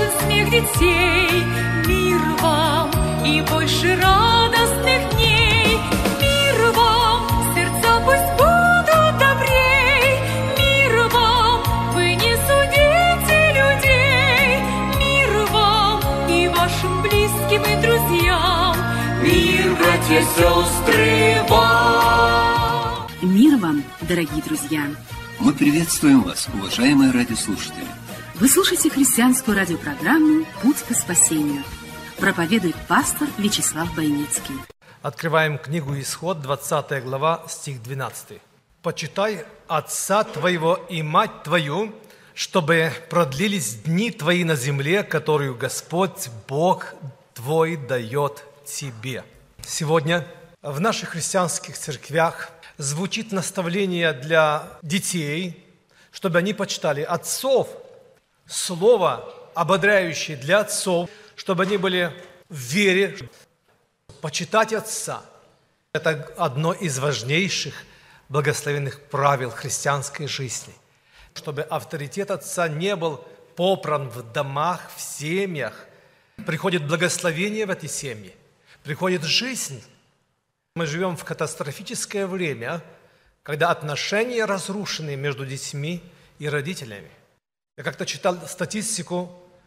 слышен смех детей. Мир вам и больше радостных дней. Мир вам, сердца пусть будут добрей. Мир вам, вы не судите людей. Мир вам и вашим близким и друзьям. Мир, братья и сестры, вам. Мир вам, дорогие друзья! Мы приветствуем вас, уважаемые радиослушатели. Вы слушаете христианскую радиопрограмму «Путь к спасению». Проповедует пастор Вячеслав Бойницкий. Открываем книгу Исход, 20 глава, стих 12. «Почитай отца твоего и мать твою, чтобы продлились дни твои на земле, которую Господь Бог твой дает тебе». Сегодня в наших христианских церквях звучит наставление для детей, чтобы они почитали отцов, слово, ободряющее для отцов, чтобы они были в вере. Почитать отца – это одно из важнейших благословенных правил христианской жизни. Чтобы авторитет отца не был попран в домах, в семьях, приходит благословение в эти семьи, приходит жизнь. Мы живем в катастрофическое время, когда отношения разрушены между детьми и родителями. Я как-то читал статистику,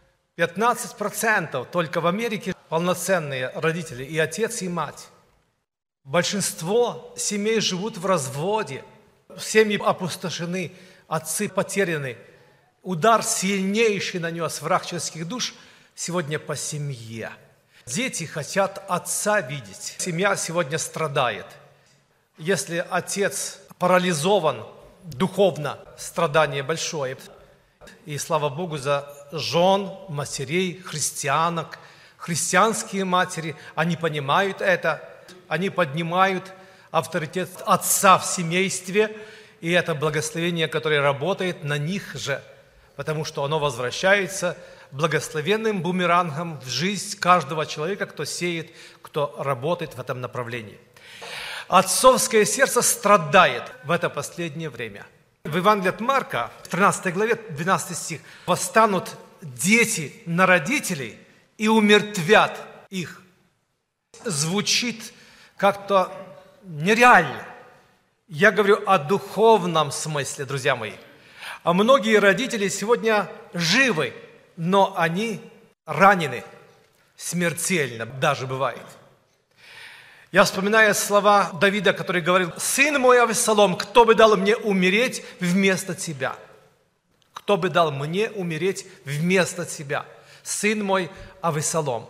15% только в Америке полноценные родители, и отец, и мать. Большинство семей живут в разводе, семьи опустошены, отцы потеряны. Удар сильнейший нанес враг человеческих душ сегодня по семье. Дети хотят отца видеть. Семья сегодня страдает. Если отец парализован духовно, страдание большое. И слава Богу за жен, матерей, христианок. Христианские матери, они понимают это. Они поднимают авторитет отца в семействе. И это благословение, которое работает на них же. Потому что оно возвращается благословенным бумерангом в жизнь каждого человека, кто сеет, кто работает в этом направлении. Отцовское сердце страдает в это последнее время. В Евангелии от Марка, в 13 главе, 12 стих, «Восстанут дети на родителей и умертвят их». Звучит как-то нереально. Я говорю о духовном смысле, друзья мои. А многие родители сегодня живы, но они ранены смертельно, даже бывает. Я вспоминаю слова Давида, который говорил: «Сын мой Авессалом, кто бы дал мне умереть вместо тебя? Кто бы дал мне умереть вместо тебя? Сын мой Авессалом».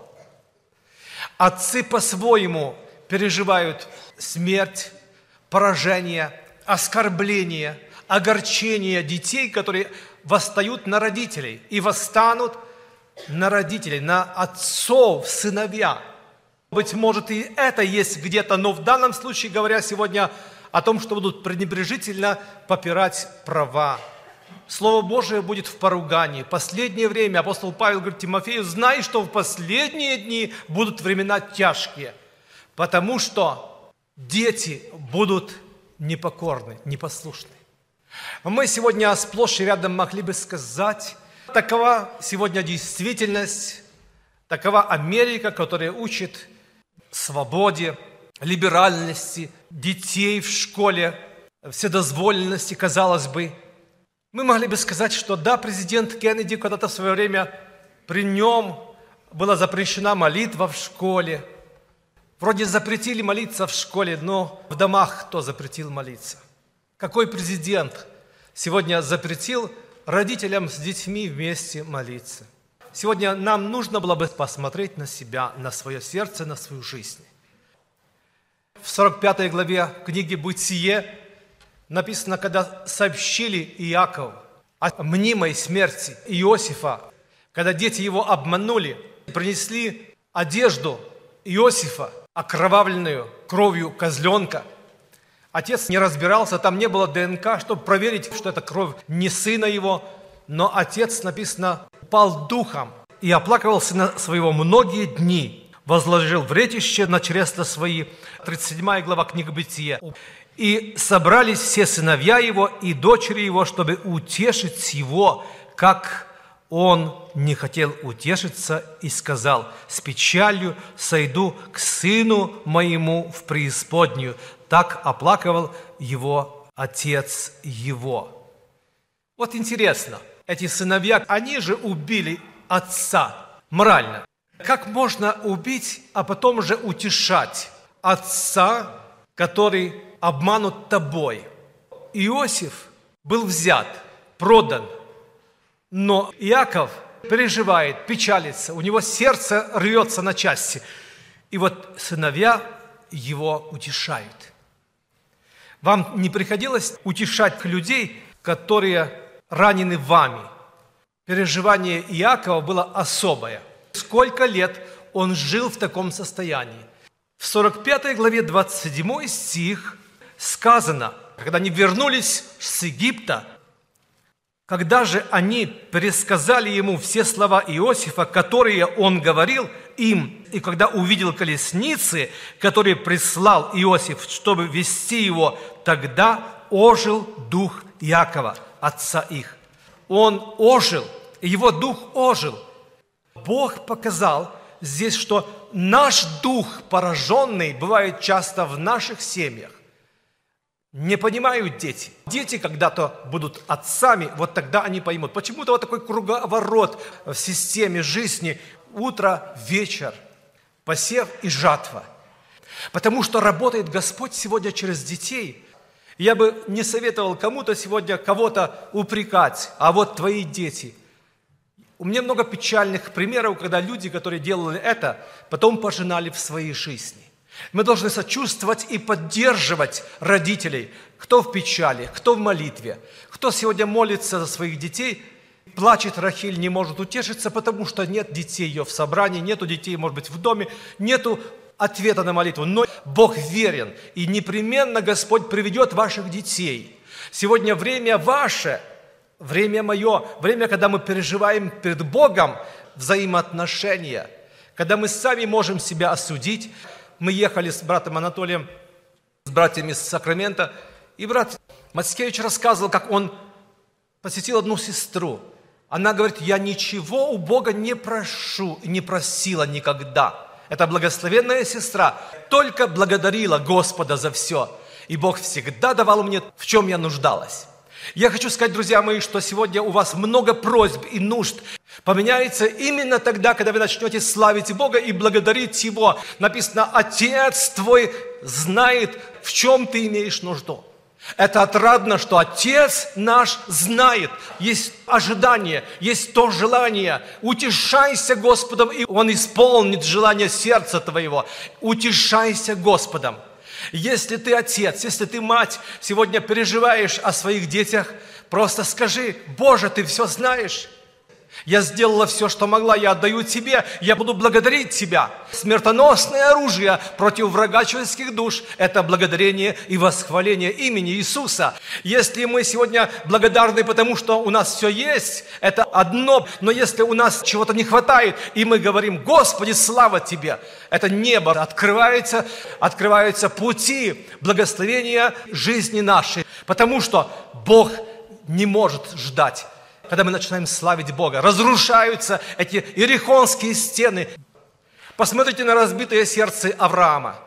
Отцы по-своему переживают смерть, поражение, оскорбление, огорчение детей, которые восстают на родителей и восстанут на родителей, на отцов, сыновья. Быть может, и это есть где-то, но в данном случае, говоря сегодня о том, что будут пренебрежительно попирать права. Слово Божие будет в поругании. Последнее время апостол Павел говорит Тимофею: знай, что в последние дни будут времена тяжкие, потому что дети будут непокорны, непослушны. Мы сегодня сплошь и рядом могли бы сказать, такова сегодня действительность, такова Америка, которая учит свободе, либеральности, детей в школе, вседозволенности, казалось бы. Мы могли бы сказать, что да, президент Кеннеди когда-то в свое время, при нем была запрещена молитва в школе. Вроде запретили молиться в школе, но в домах кто запретил молиться? Какой президент сегодня запретил родителям с детьми вместе молиться? Сегодня нам нужно было бы посмотреть на себя, на свое сердце, на свою жизнь. В 45 главе книги «Бытие» написано, когда сообщили Иакову о мнимой смерти Иосифа, когда дети его обманули, принесли одежду Иосифа, окровавленную кровью козленка. Отец не разбирался, там не было ДНК, чтобы проверить, что это кровь не сына его, но отец, написано, упал духом и оплакивал сына своего многие дни, возложил вретище на чресла свои. 37 глава книги «Бытие». И собрались все сыновья его и дочери его, чтобы утешить его, как он не хотел утешиться и сказал: «С печалью сойду к сыну моему в преисподнюю». Так оплакивал его отец его. Вот интересно, эти сыновья, они же убили отца морально. Как можно убить, а потом же утешать отца, который обманут тобой? Иосиф был взят, продан, но Иаков переживает, печалится, у него сердце рвется на части. И вот сыновья его утешают. Вам не приходилось утешать людей, которые ранены вами? Переживание Иакова было особое. Сколько лет он жил в таком состоянии? В 45 главе 27 стих сказано, когда они вернулись с Египта, когда же они пересказали ему все слова Иосифа, которые он говорил им, и когда увидел колесницы, которые прислал Иосиф, чтобы вести его, тогда ожил дух Иакова, отца их. Он ожил, и его дух ожил. Бог показал здесь, что наш дух пораженный бывает часто в наших семьях. Не понимают дети. Дети когда-то будут отцами, вот тогда они поймут. Почему-то вот такой круговорот в системе жизни. Утро, вечер, посев и жатва. Потому что работает Господь сегодня через детей. Я бы не советовал кому-то сегодня кого-то упрекать, а вот твои дети. У меня много печальных примеров, когда люди, которые делали это, потом пожинали в своей жизни. Мы должны сочувствовать и поддерживать родителей, кто в печали, кто в молитве, кто сегодня молится за своих детей, плачет Рахиль, не может утешиться, потому что нет детей ее в собрании, нету детей, может быть, в доме, нету ответа на молитву. Но Бог верен, и непременно Господь приведет ваших детей. Сегодня время ваше, время мое, время, когда мы переживаем перед Богом взаимоотношения, когда мы сами можем себя осудить. Мы ехали с братом Анатолием, с братьями из Сакрамента, и брат Мацкевич рассказывал, как он посетил одну сестру. Она говорит: я ничего у Бога не прошу и не просила никогда. Это благословенная сестра, только благодарила Господа за все. И Бог всегда давал мне, в чем я нуждалась. Я хочу сказать, друзья мои, что сегодня у вас много просьб и нужд поменяется именно тогда, когда вы начнете славить Бога и благодарить Его. Написано: Отец твой знает, в чем ты имеешь нужду. Это отрадно, что Отец наш знает. Есть ожидание, есть то желание. Утешайся Господом, и Он исполнит желание сердца твоего. Утешайся Господом. Если ты отец, если ты мать, сегодня переживаешь о своих детях, просто скажи: Боже, ты все знаешь. Я сделала все, что могла, я отдаю Тебе, я буду благодарить Тебя. Смертоносное оружие против врага человеческих душ – это благодарение и восхваление имени Иисуса. Если мы сегодня благодарны, потому что у нас все есть, это одно. Но если у нас чего-то не хватает, и мы говорим: Господи, слава Тебе, это небо открываются пути благословения жизни нашей. Потому что Бог не может ждать. Когда мы начинаем славить Бога, разрушаются эти иерихонские стены. Посмотрите на разбитое сердце Авраама.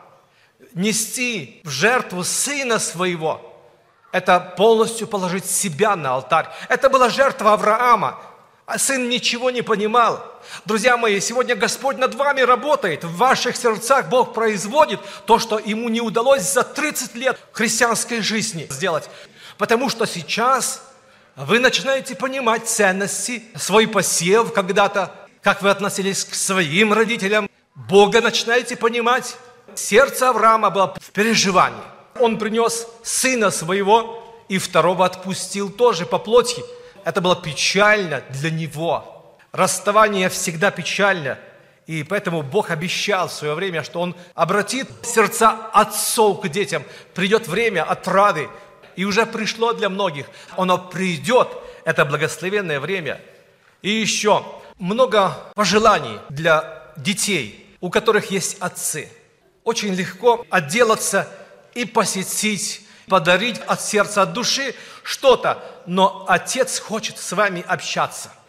Нести в жертву сына своего – это полностью положить себя на алтарь. Это была жертва Авраама, а сын ничего не понимал. Друзья мои, сегодня Господь над вами работает. В ваших сердцах Бог производит то, что Ему не удалось за 30 лет христианской жизни сделать. Потому что сейчас вы начинаете понимать ценности, свой посев когда-то, как вы относились к своим родителям. Бога начинаете понимать. Сердце Авраама было в переживании. Он принес сына своего и второго отпустил тоже по плоти. Это было печально для него. Расставание всегда печально. И поэтому Бог обещал в свое время, что Он обратит сердца отцов к детям. Придет время отрады. И уже пришло для многих. Оно придет, это благословенное время. И еще много пожеланий для детей, у которых есть отцы. Очень легко отделаться и посетить, подарить от сердца, от души что-то. Но Отец хочет с вами общаться.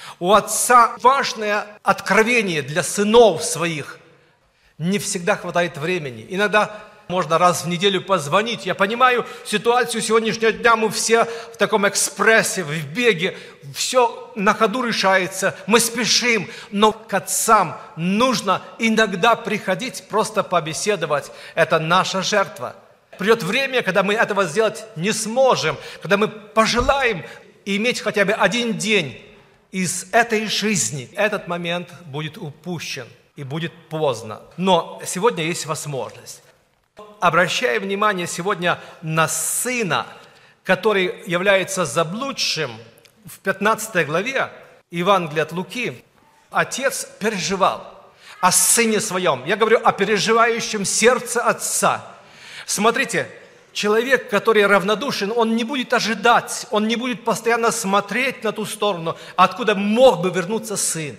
У отца важное откровение для сынов своих. Не всегда хватает времени. Иногда можно раз в неделю позвонить. Я понимаю ситуацию сегодняшнего дня, мы все в таком экспрессе, в беге, все на ходу решается, мы спешим. Но к отцам нужно иногда приходить, просто побеседовать. Это наша жертва. Придет время, когда мы этого сделать не сможем, когда мы пожелаем иметь хотя бы один день из этой жизни. Этот момент будет упущен и будет поздно. Но сегодня есть возможность. Обращая внимание сегодня на сына, который является заблудшим, в 15 главе Евангелия от Луки, отец переживал о сыне своем. Я говорю о переживающем сердце отца. Смотрите, человек, который равнодушен, он не будет ожидать, он не будет постоянно смотреть на ту сторону, откуда мог бы вернуться сын.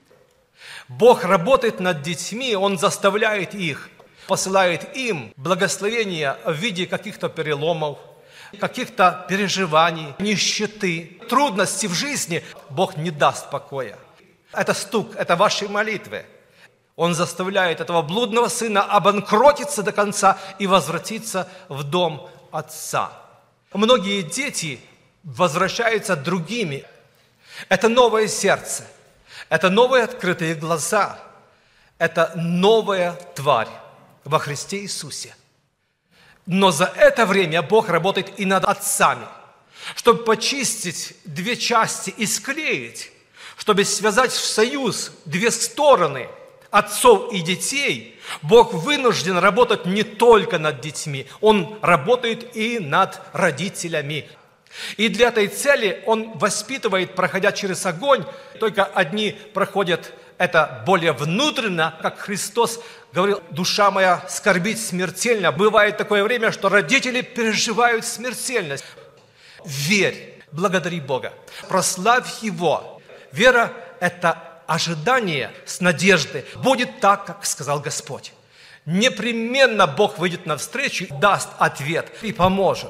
Бог работает над детьми, Он заставляет их, посылает им благословения в виде каких-то переломов, каких-то переживаний, нищеты, трудностей в жизни. Бог не даст покоя. Это стук, это ваши молитвы. Он заставляет этого блудного сына обанкротиться до конца и возвратиться в дом отца. Многие дети возвращаются другими. Это новое сердце, это новые открытые глаза, это новая тварь во Христе Иисусе. Но за это время Бог работает и над отцами, чтобы почистить две части и склеить, чтобы связать в союз две стороны отцов и детей. Бог вынужден работать не только над детьми, Он работает и над родителями. И для этой цели Он воспитывает, проходя через огонь. Только одни проходят это более внутренно, как Христос говорил: душа моя скорбит смертельно. Бывает такое время, что родители переживают смертельность. Верь, благодари Бога, прославь Его. Вера – это ожидание с надеждой. Будет так, как сказал Господь. Непременно Бог выйдет навстречу, даст ответ и поможет.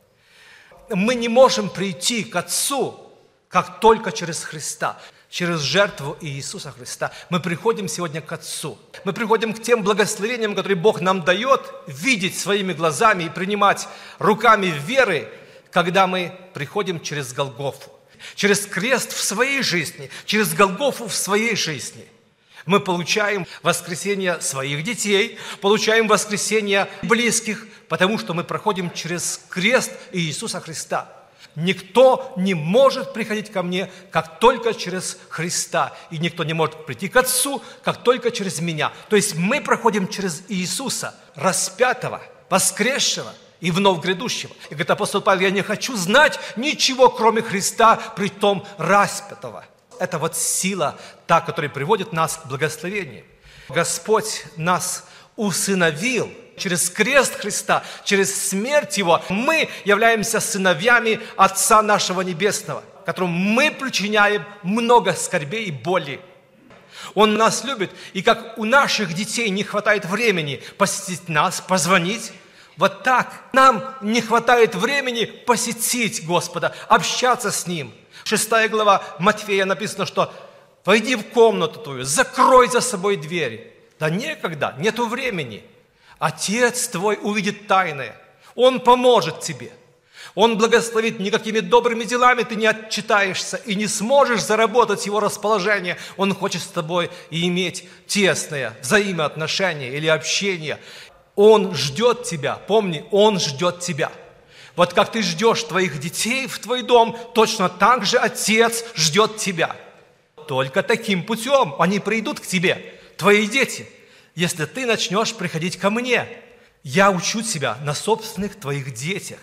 Мы не можем прийти к Отцу, как только через Христа, через жертву Иисуса Христа. Мы приходим сегодня к Отцу. Мы приходим к тем благословениям, которые Бог нам дает, видеть своими глазами и принимать руками веры, когда мы приходим через Голгофу. Через крест в своей жизни, через Голгофу в своей жизни. Мы получаем воскресение своих детей, получаем воскресение близких, потому что мы проходим через крест Иисуса Христа. Никто не может приходить ко мне, как только через Христа. И никто не может прийти к Отцу, как только через меня. То есть мы проходим через Иисуса, распятого, воскресшего и вновь грядущего. И говорит апостол Павел: я не хочу знать ничего, кроме Христа, притом распятого. Это вот сила, та, которая приводит нас к благословению. Господь нас усыновил через крест Христа, через смерть Его. Мы являемся сыновьями Отца нашего Небесного, которому мы причиняем много скорбей и боли. Он нас любит, и как у наших детей не хватает времени посетить нас, позвонить, вот так нам не хватает времени посетить Господа, общаться с Ним. 6 глава Матфея написано, что «Войди в комнату твою, закрой за собой дверь». Да некогда, нету времени. Отец твой увидит тайное, Он поможет тебе. Он благословит, никакими добрыми делами ты не отчитаешься и не сможешь заработать Его расположение. Он хочет с тобой иметь тесное взаимоотношение или общение. Он ждет тебя, помни, Он ждет тебя. Вот как ты ждешь твоих детей в твой дом, точно так же Отец ждет тебя. Только таким путем они придут к тебе, твои дети, если ты начнешь приходить ко мне. Я учу тебя на собственных твоих детях.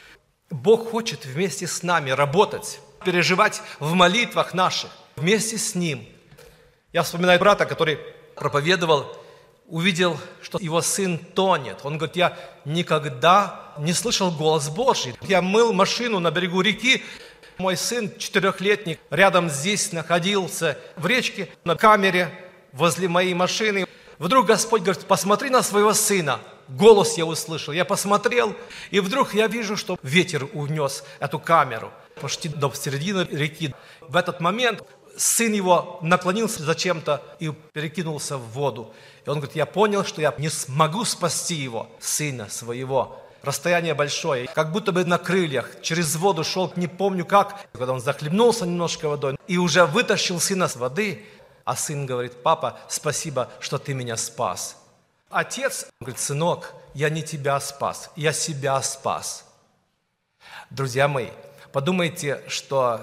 Бог хочет вместе с нами работать, переживать в молитвах наших, вместе с Ним. Я вспоминаю брата, который проповедовал, увидел, что его сын тонет. Он говорит: я никогда не слышал голос Божий. Я мыл машину на берегу реки. Мой сын 4-летний рядом здесь находился в речке, на камере возле моей машины. Вдруг Господь говорит: посмотри на своего сына. Голос я услышал. Я посмотрел, и вдруг я вижу, что ветер унес эту камеру почти до середины реки. В этот момент сын его наклонился зачем-то и перекинулся в воду. И он говорит: я понял, что я не смогу спасти его, сына своего. Расстояние большое, как будто бы на крыльях, через воду шел, не помню как, когда он захлебнулся немножко водой и уже вытащил сына с воды, а сын говорит: папа, спасибо, что ты меня спас. Отец говорит: сынок, я не тебя спас, я себя спас. Друзья мои, подумайте, что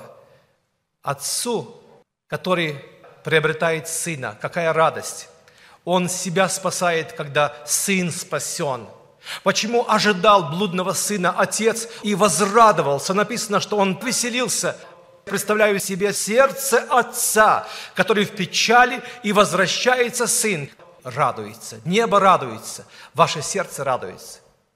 отцу, который приобретает сына, какая радость. Он себя спасает, когда сын спасен. Почему ожидал блудного сына отец и возрадовался? Написано, что он веселился. Представляю себе сердце отца, который в печали, и возвращается сын. Радуется, небо радуется, ваше сердце радуется.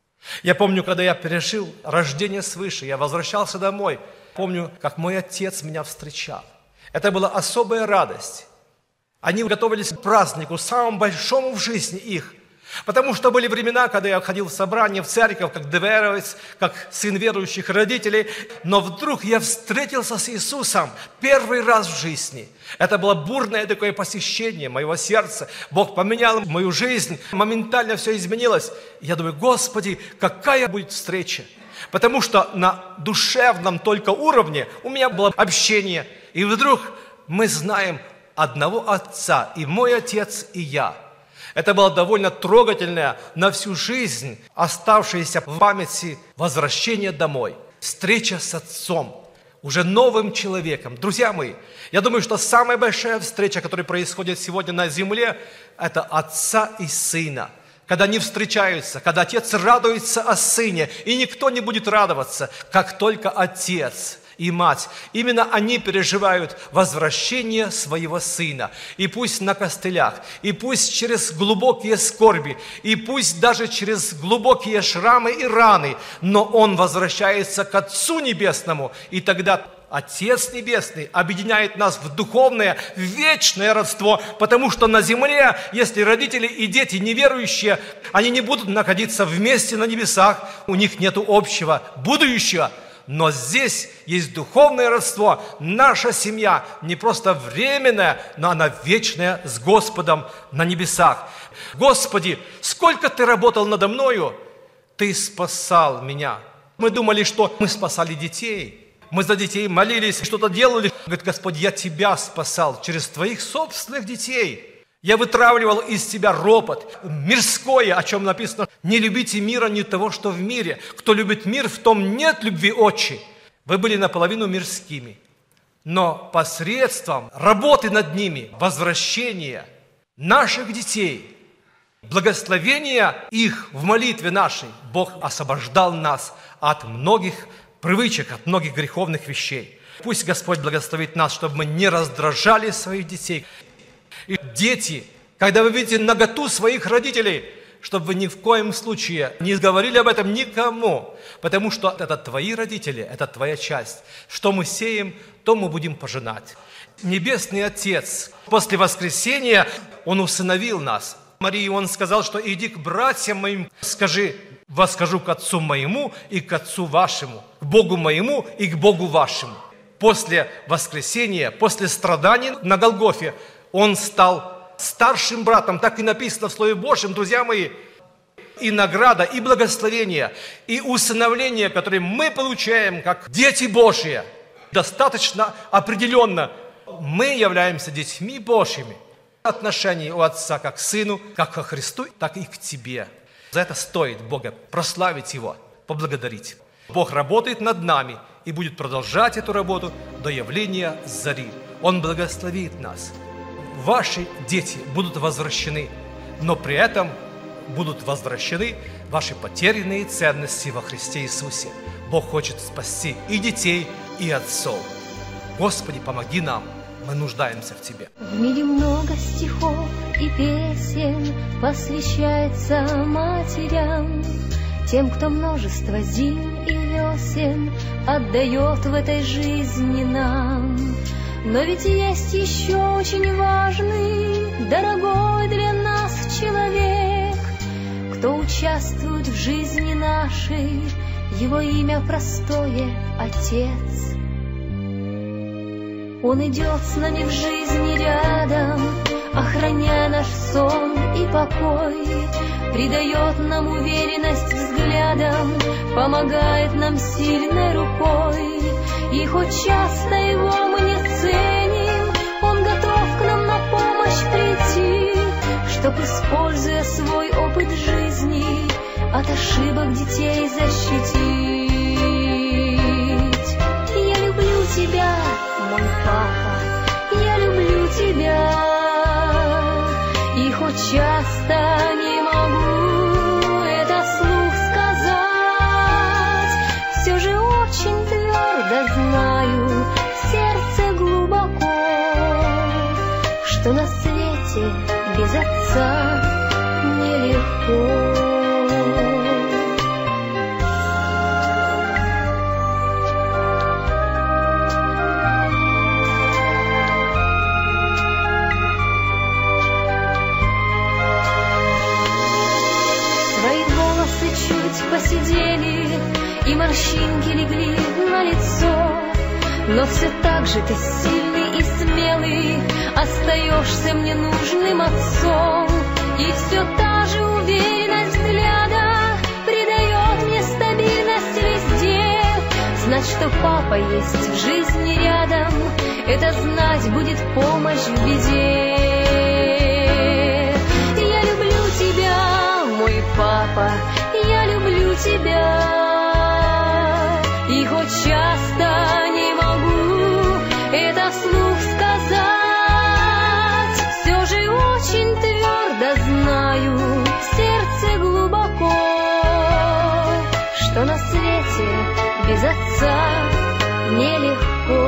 Я помню, когда я пережил рождение свыше, я возвращался домой. Помню, как мой отец меня встречал. Это была особая радость. Они готовились к празднику, самому большому в жизни их. Потому что были времена, когда я ходил в собрание, в церковь, как доверовец, как сын верующих родителей. Но вдруг я встретился с Иисусом первый раз в жизни. Это было бурное такое посещение моего сердца. Бог поменял мою жизнь, моментально все изменилось. Я думаю: Господи, какая будет встреча? Потому что на душевном только уровне у меня было общение. И вдруг мы знаем одного Отца, и мой Отец, и я. Это было довольно трогательное на всю жизнь, оставшееся в памяти возвращение домой, встреча с Отцом, уже новым человеком. Друзья мои, я думаю, что самая большая встреча, которая происходит сегодня на земле, это Отца и Сына. Когда они встречаются, когда Отец радуется о Сыне, и никто не будет радоваться, как только Отец и мать. Именно они переживают возвращение своего сына. И пусть на костылях, и пусть через глубокие скорби, и пусть даже через глубокие шрамы и раны, но он возвращается к Отцу Небесному, и тогда Отец Небесный объединяет нас в духовное, вечное родство, потому что на земле, если родители и дети неверующие, они не будут находиться вместе на небесах, у них нет общего будущего. Но здесь есть духовное родство. Наша семья не просто временная, но она вечная с Господом на небесах. Господи, сколько Ты работал надо мною, Ты спасал меня. Мы думали, что мы спасали детей. Мы за детей молились, что-то делали. Говорит: Господь, я Тебя спасал через Твоих собственных детей. Я вытравливал из тебя ропот, мирское, о чем написано: не любите мира, не того, что в мире. Кто любит мир, в том нет любви Отчи. Вы были наполовину мирскими, но посредством работы над ними, возвращения наших детей, благословения их в молитве нашей, Бог освобождал нас от многих привычек, от многих греховных вещей. Пусть Господь благословит нас, чтобы мы не раздражали своих детей. И дети, когда вы видите наготу своих родителей, чтобы вы ни в коем случае не говорили об этом никому, потому что это твои родители, это твоя часть. Что мы сеем, то мы будем пожинать. Небесный Отец, после воскресения Он усыновил нас. Марии Он сказал, что иди к братьям моим, скажи: восхожу к Отцу моему и к Отцу вашему, к Богу моему и к Богу вашему. После воскресения, после страданий на Голгофе, Он стал старшим братом, так и написано в Слове Божьем, друзья мои. И награда, и благословение, и усыновление, которое мы получаем как дети Божьи, достаточно определенно. Мы являемся детьми Божьими. Отношение у Отца как к Сыну, как ко Христу, так и к тебе. За это стоит Бога прославить Его, поблагодарить. Бог работает над нами и будет продолжать эту работу до явления зари. Он благословит нас. Ваши дети будут возвращены, но при этом будут возвращены ваши потерянные ценности во Христе Иисусе. Бог хочет спасти и детей, и отцов. Господи, помоги нам, мы нуждаемся в Тебе. В мире много стихов и песен посвящается матерям, тем, кто множество зим и весен отдает в этой жизни нам. Но ведь есть еще очень важный, дорогой для нас человек, кто участвует в жизни нашей, его имя простое — Отец. Он идет с нами в жизни рядом, охраняя наш сон и покой, придает нам уверенность взглядом, помогает нам сильной рукой. И хоть часто его мы не ценим, он готов к нам на помощь прийти, чтоб, используя свой опыт жизни, от ошибок детей защитить. Я люблю тебя, мой папа, я люблю тебя, и хоть часто не могу это вслух сказать, все же очень твердо знаю в сердце глубоко, что на свете без отца нелегко. Посидели, и морщинки легли на лицо, но все так же ты сильный и смелый, остаешься мне нужным отцом. И все та же уверенность взгляда придает мне стабильность везде. Знать, что папа есть в жизни рядом, это знать будет помощь в беде. Я люблю тебя, мой папа, я люблю тебя, и хоть часто не могу это вслух сказать, все же очень твердо знаю в сердце глубоко, что на свете без отца нелегко.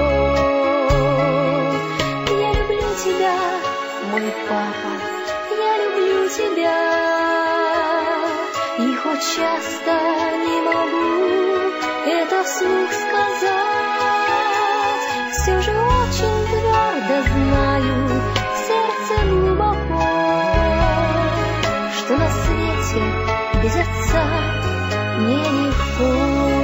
Я люблю тебя, мой папа, я люблю тебя, и хоть часто не могу это вслух сказать, все же очень твердо знаю в сердце глубоко, что на свете без отца нелегко.